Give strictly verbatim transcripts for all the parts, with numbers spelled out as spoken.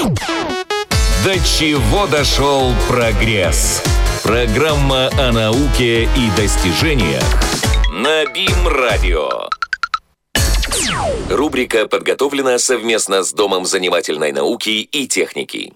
До чего дошел прогресс? Программа о науке и достижениях на БИМ-радио. Рубрика подготовлена совместно с Домом занимательной науки и техники.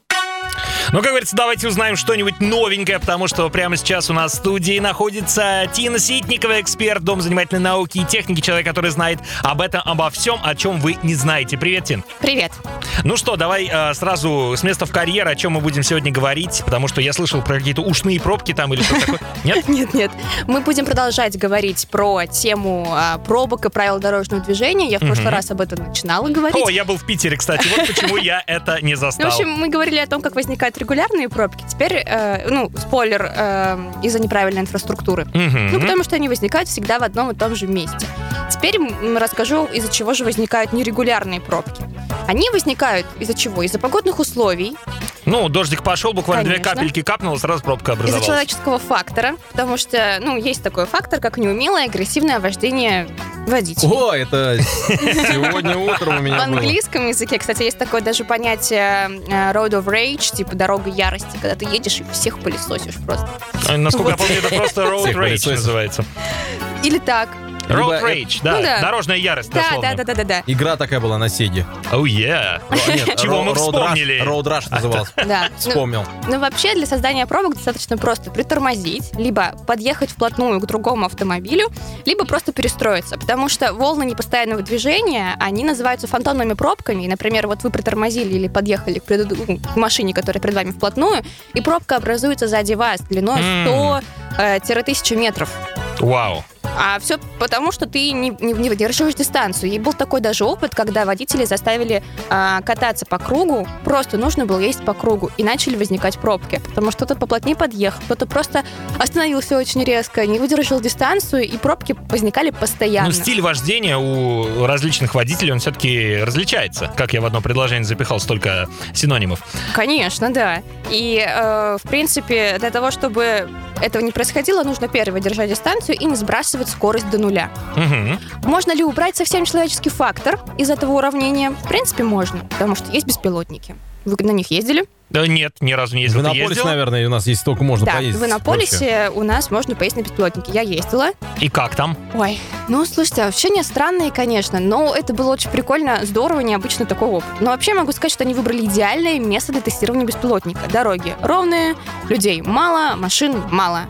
Ну, как говорится, давайте узнаем что-нибудь новенькое, потому что прямо сейчас у нас в студии находится Тина Ситникова, эксперт Дом занимательной науки и техники, человек, который знает об этом, обо всем, о чем вы не знаете. Привет, Тин. Привет. Ну что, давай э, сразу с места в карьер, о чем мы будем сегодня говорить, потому что я слышал про какие-то ушные пробки там или что-то такое. Нет? Нет, нет. Мы будем продолжать говорить про тему а, пробок и правил дорожного движения. Я в прошлый раз об этом начинала говорить. О, я был в Питере, кстати, вот почему я это не застал. В общем, мы говорили о том, как возникают регулярные пробки. Теперь, э, ну, спойлер, э, из-за неправильной инфраструктуры. Мгм. Ну, потому что они возникают всегда в одном и том же месте. Теперь м, расскажу, из-за чего же возникают нерегулярные пробки. Они возникают из-за чего? Из-за погодных условий, Ну, дождик пошел, буквально две Конечно. капельки капнуло, сразу пробка из-за образовалась. человеческого фактора, потому что, ну, есть такой фактор, как неумелое агрессивное вождение водителя. О, это сегодня утром у В меня было. английском языке, кстати, есть такое даже понятие э, road of rage, типа дорога ярости, когда ты едешь и всех пылесосишь просто. Э, Насколько я помню, это просто road Всех rage пылесосит. называется. Или так. Road Либо rage, да, Ну да. дорожная ярость, Да, дословно. да, да, да, да, Игра такая была на Сеге. Oh yeah. Нет, Чего мы Road Rush- вспомнили? Road Rush назывался. да. Да. Ну, Вспомнил. ну, вообще, для создания пробок достаточно просто притормозить, либо подъехать вплотную к другому автомобилю, либо просто перестроиться, потому что волны непостоянного движения, они называются фантомными пробками. И, например, вот вы притормозили или подъехали к, преду- ну, к машине, которая перед вами вплотную, и пробка образуется сзади вас длиной сто-тысяча метров. Вау. А все потому, что ты не, не, не выдерживаешь дистанцию. И был такой даже опыт, когда водители заставили а, кататься по кругу, просто нужно было ездить по кругу, и начали возникать пробки, потому что кто-то поплотнее подъехал, кто-то просто остановился очень резко, не выдержал дистанцию, и пробки возникали постоянно. Ну, стиль вождения у различных водителей, он все-таки различается. Как я в одно предложение запихал столько синонимов. Конечно, да. И, э, в принципе, для того, чтобы этого не происходило, нужно первое держать дистанцию и не сбрасывать скорость до нуля. Мгм. Можно ли убрать совсем человеческий фактор из этого уравнения? В принципе, можно, потому что есть беспилотники. Вы на них ездили? Да нет, ни разу не В ездил. Ты Иннополис, ездил? наверное, у нас есть только можно Да, поездить. в Иннополисе вообще. у нас можно поездить на беспилотнике. Я ездила. И как там? Ой, ну, слушайте, ощущения странные, конечно, но это было очень прикольно, здорово, необычно такой опыт. Но вообще могу сказать, что они выбрали идеальное место для тестирования беспилотника. Дороги ровные, людей мало, машин мало.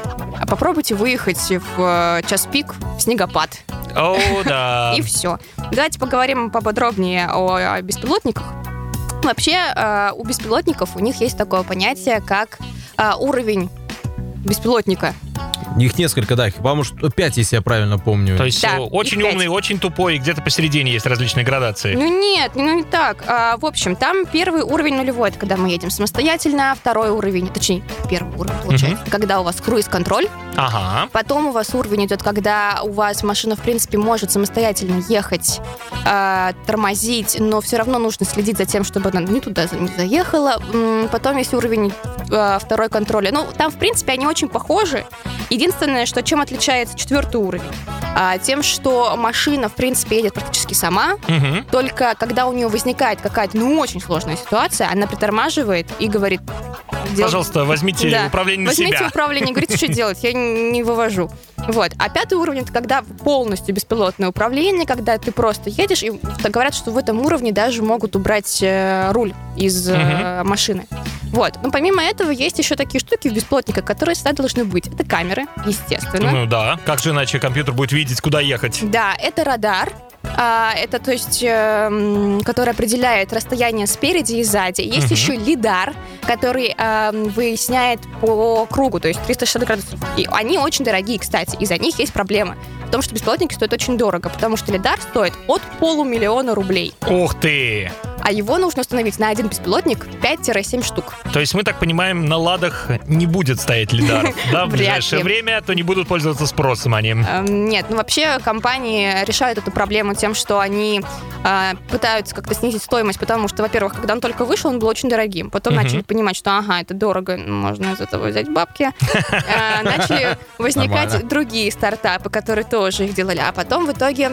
А попробуйте выехать в э, час пик в снегопад. О, да. И все. Давайте поговорим поподробнее о, о беспилотниках. Вообще, э, у беспилотников у них есть такое понятие, как э, уровень беспилотника. Их несколько, да, их, по-моему, что- пять, если я правильно помню. То есть Да, э, очень их пять. умный, очень тупой, и где-то посередине есть различные градации. Ну нет, ну не так. А, в общем, там первый уровень нулевой, это когда мы едем самостоятельно, второй уровень, точнее, первый уровень получается, когда у вас круиз-контроль. Ага. Потом у вас уровень идет, когда у вас машина, в принципе, может самостоятельно ехать, а, тормозить, но все равно нужно следить за тем, чтобы она не туда не заехала. М, Потом есть уровень а, второй контроля. Ну, там, в принципе, они очень похожи. Единственное, что чем отличается четвертый уровень? А, тем, что машина, в принципе, едет практически сама, Мгм. только когда у нее возникает какая-то, ну, очень сложная ситуация, она притормаживает и говорит... «Дел- Пожалуйста, возьмите Да. управление на Возьмите себя. управление, говорите, что делать, я не не вывожу. Вот. А пятый уровень — это когда полностью беспилотное управление, когда ты просто едешь, и так говорят, что в этом уровне даже могут убрать э, руль из э, машины. Вот. Но помимо этого есть еще такие штуки в беспилотниках, которые всегда должны быть. Это камеры, естественно. Ну да, как же иначе компьютер будет видеть, куда ехать? Да, это радар. А, это, то есть, эм, который определяет расстояние спереди и сзади. Есть Мгм. еще лидар, который эм, выясняет по кругу, то есть триста шестьдесят градусов. И они очень дорогие, кстати. Из-за них есть проблема. В том, что беспилотники стоят очень дорого, потому что лидар стоит от полумиллиона рублей. Ух ты! А его нужно установить на один беспилотник пять-семь штук. То есть мы так понимаем, на ладах не будет стоять лидаров, да, в Вряд ближайшее ли. время, то не будут пользоваться спросом они. Эм, Нет, ну вообще компании решают эту проблему тем, что они э, пытаются как-то снизить стоимость, потому что, во-первых, когда он только вышел, он был очень дорогим. Потом Мгм. начали понимать, что ага, это дорого, можно из этого взять бабки. Э, Начали возникать Нормально. другие стартапы, которые тоже их делали. А потом в итоге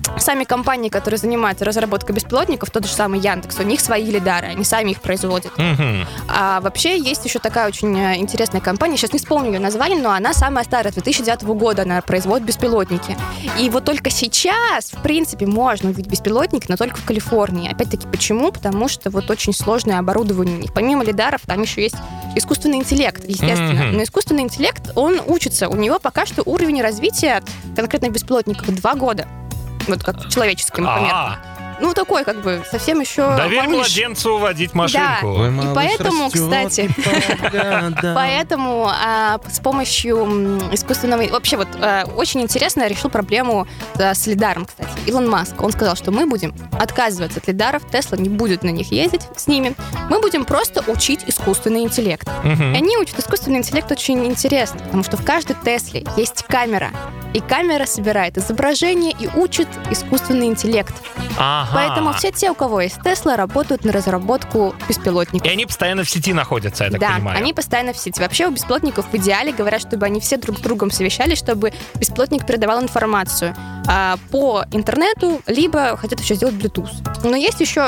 сами компании, которые занимаются разработкой беспилотников, тот же самый Яндекс, у них свои лидары, они сами их производят. Мгм. А вообще есть еще такая очень э, интересная компания, сейчас не вспомню ее название, но она самая старая, с две тысячи девятого года она производит беспилотники. И вот только сейчас, в принципе, можно увидеть беспилотники, но только в Калифорнии. Опять-таки, почему? Потому что вот очень сложное оборудование у них. Помимо лидаров, там еще есть искусственный интеллект, естественно. Мгм. Но искусственный интеллект, он учится. У него пока что уровень развития конкретно в беспилотниках два года. Вот как человеческим, например. А, Ну, такой, как бы, совсем еще доверь малыш. младенцу водить машинку. Ой, И малыш поэтому, растет, кстати, и погода. Поэтому а, с помощью м, искусственного... Вообще вот а, очень интересно решил проблему а, с лидаром, кстати. Илон Маск, он сказал, что мы будем отказываться от лидаров, Тесла не будет на них ездить с ними. Мы будем просто учить искусственный интеллект. Мгм. И они учат искусственный интеллект очень интересно, потому что в каждой Тесле есть камера. И камера собирает изображение и учит искусственный интеллект. Ага. Поэтому все те, у кого есть Тесла, работают на разработку беспилотников. И они постоянно в сети находятся, я так да, понимаю. они постоянно в сети. Вообще у беспилотников в идеале говорят, чтобы они все друг с другом совещались, чтобы беспилотник передавал информацию а, по интернету, либо хотят еще сделать Bluetooth. Но есть еще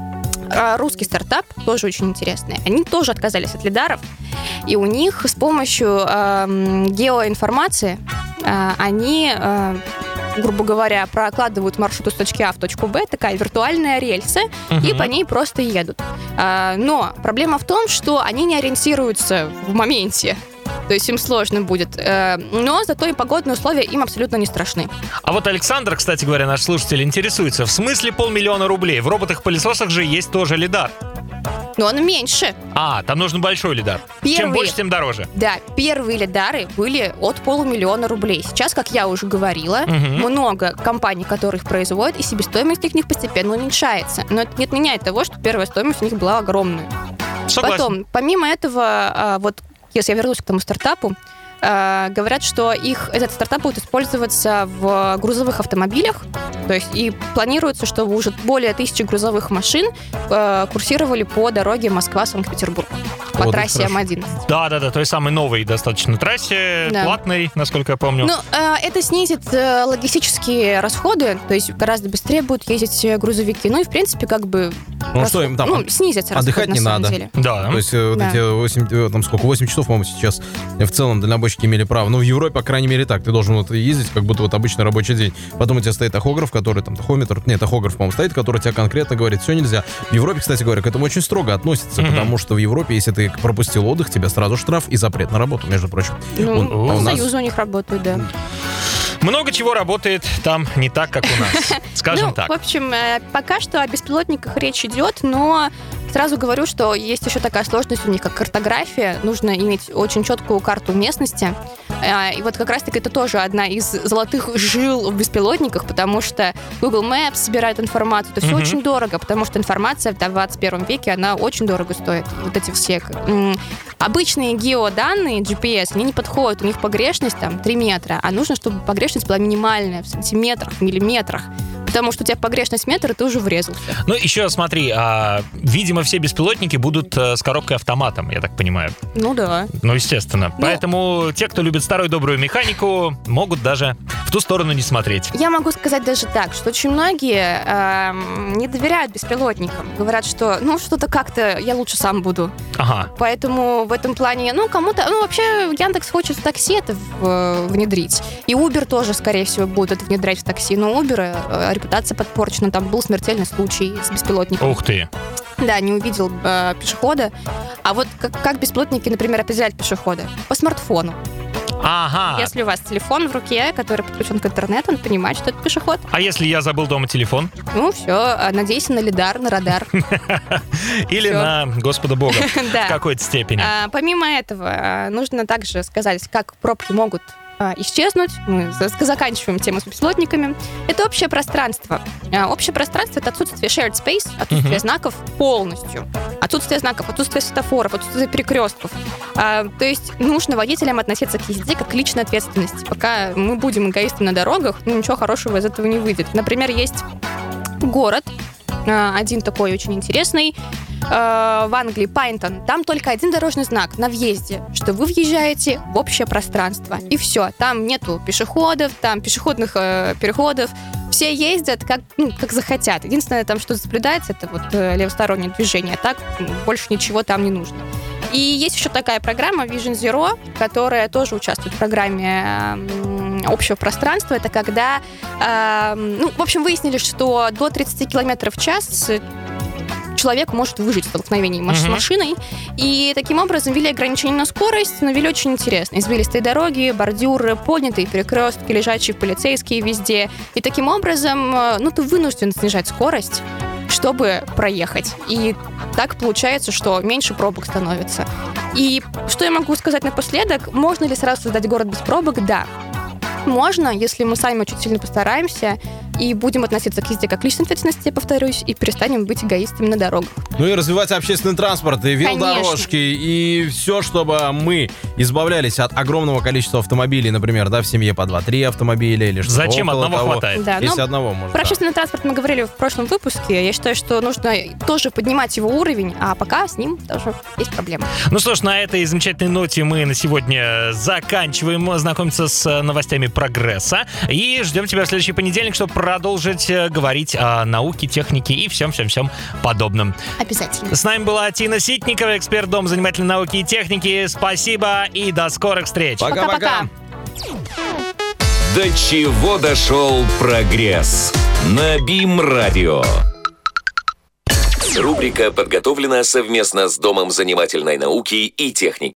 а, русский стартап, тоже очень интересный. Они тоже отказались от лидаров, и у них с помощью а, м, геоинформации а, они... а, грубо говоря, прокладывают маршрут из точки А в точку Б, такая виртуальная рельса, и Мгм. по ней просто едут. А, но проблема в том, что они не ориентируются в моменте. То есть им сложно будет. Э, Но зато и погодные условия им абсолютно не страшны. А вот Александр, кстати говоря, наш слушатель, интересуется, в смысле полмиллиона рублей? В роботах-пылесосах же есть тоже лидар. Но он меньше. А, там нужен большой лидар. Чем Первый. больше, тем дороже. Да, первые лидары были от полумиллиона рублей. Сейчас, как я уже говорила, Мгм. много компаний, которые их производят, и себестоимость их них постепенно уменьшается. Но это не отменяет того, что первая стоимость у них была огромная. Согласен. Потом, помимо этого, а, вот если я вернусь к тому стартапу, а, говорят, что их, этот стартап будет использоваться в грузовых автомобилях, то есть и планируется, что уже более тысячи грузовых машин а, курсировали по дороге Москва-Санкт-Петербург по Вот это трассе хорошо. М один. Да-да-да, той самой новой достаточно трассе, Да. платной, насколько я помню. Ну, а, это снизит э, логистические расходы, то есть гораздо быстрее будут ездить э, грузовики. Ну и, в принципе, как бы... Ну, расход- что им там, ну, снизятся расходы, отдыхать на не самом надо. деле. Да. То есть э, вот Да. эти восемь, э, там сколько, восемь часов, по-моему, сейчас в целом дальнобойщики имели право. Ну, в Европе, по крайней мере, так. Ты должен вот ездить, как будто вот обычный рабочий день. Потом у тебя стоит тахограф, который там, тахометр, нет, тахограф, по-моему, стоит, который тебе конкретно говорит, все нельзя. В Европе, кстати говоря, к этому очень строго относятся, Мгм. потому что в Европе, если ты пропустил отдых, тебе сразу штраф и запрет на работу, между прочим. Ну, Он- а у нас- профсоюзы у них работают, да. Много чего работает там не так, как у нас. Скажем ну, так. в общем, э, пока что о беспилотниках речь идет, но сразу говорю, что есть еще такая сложность у них, как картография. Нужно иметь очень четкую карту местности. Э, И вот как раз-таки это тоже одна из золотых жил в беспилотниках, потому что Google Maps собирает информацию. Это все Мгм. очень дорого, потому что информация в двадцать первом веке, она очень дорого стоит. Вот эти все м, обычные геоданные, джи пи эс, они не подходят. У них погрешность там три метра, а нужно, чтобы погрешность была минимальная, в сантиметрах, в миллиметрах. Потому что у тебя погрешность метр, и ты уже врезался. Ну, еще смотри, а, видимо, все беспилотники будут э, с коробкой автоматом, я так понимаю. Ну да. Ну, естественно. Ну- Поэтому те, кто любит старую добрую механику, могут даже в ту сторону не смотреть. Я могу сказать даже так, что очень многие эм, не доверяют беспилотникам. Говорят, что ну что-то как-то я лучше сам буду. Ага. Поэтому в этом плане, ну, кому-то... Ну, вообще, Яндекс хочет в такси это в- э, внедрить. И Uber тоже, скорее всего, будут внедрять в такси. Но у Uber э, репутация подпорчена. Там был смертельный случай с беспилотником. Ух ты. Да, не увидел э, пешехода. А вот как, как беспилотники, например, определяют пешехода? По смартфону. Ага. Если у вас телефон в руке, который подключен к интернету, он понимает, что это пешеход. А если я забыл дома телефон? Ну, все, надейся на лидар, на радар. Или Всё. на Господа Бога в Да. какой-то степени? А, Помимо этого, а, нужно также сказать, как пробки могут а, исчезнуть. Мы за- заканчиваем тему с беспилотниками. Это общее пространство. А, Общее пространство — это отсутствие shared space, отсутствие Мгм. знаков полностью. Отсутствие знаков, отсутствие светофоров, отсутствие перекрестков. А, То есть нужно водителям относиться к езде как к личной ответственности. Пока мы будем эгоисты на дорогах, ну, ничего хорошего из этого не выйдет. Например, есть город, а, один такой очень интересный, э, в Англии, Пайнтон, там только один дорожный знак на въезде, что вы въезжаете в общее пространство. И все. Там нету пешеходов, там пешеходных э, переходов. Все ездят как, ну, как захотят. Единственное, там, что соблюдается, это вот э, левостороннее движение. А так больше ничего там не нужно. И есть еще такая программа Vision Zero, которая тоже участвует в программе э, общего пространства. Это когда, э, ну, в общем, выяснили, что до тридцать километров в час человек может выжить в столкновении маш- с Мгм. машиной. И таким образом ввели ограничения на скорость, но ввели очень интересно. Извилистые дороги, бордюры, поднятые перекрестки, лежачие полицейские везде. И таким образом, э, ну, ты вынужден снижать скорость, чтобы проехать. И так получается, что меньше пробок становится. И что я могу сказать напоследок? Можно ли сразу создать город без пробок? Да. Можно, если мы сами очень сильно постараемся и будем относиться к езде как к личной ответственности, я повторюсь, и перестанем быть эгоистами на дорогах. Ну и развивать общественный транспорт, и велодорожки, и все, чтобы мы избавлялись от огромного количества автомобилей, например, да, в семье по два-три автомобиля или что-то Зачем около одного того. хватает? Да, Если ну, одного, может, Про да. общественный транспорт мы говорили в прошлом выпуске. Я считаю, что нужно тоже поднимать его уровень, а пока с ним тоже есть проблемы. Ну что ж, на этой замечательной ноте мы на сегодня заканчиваем знакомиться с новостями прогресса и ждем тебя в следующий понедельник, чтобы продолжить э, говорить о науке, технике и всем-всем-всем подобном. Обязательно. С нами была Тина Ситникова, эксперт Дома занимательной науки и техники. Спасибо и до скорых встреч. Пока-пока. До чего дошел прогресс? На БИМ-радио. Рубрика подготовлена совместно с Домом занимательной науки и техники.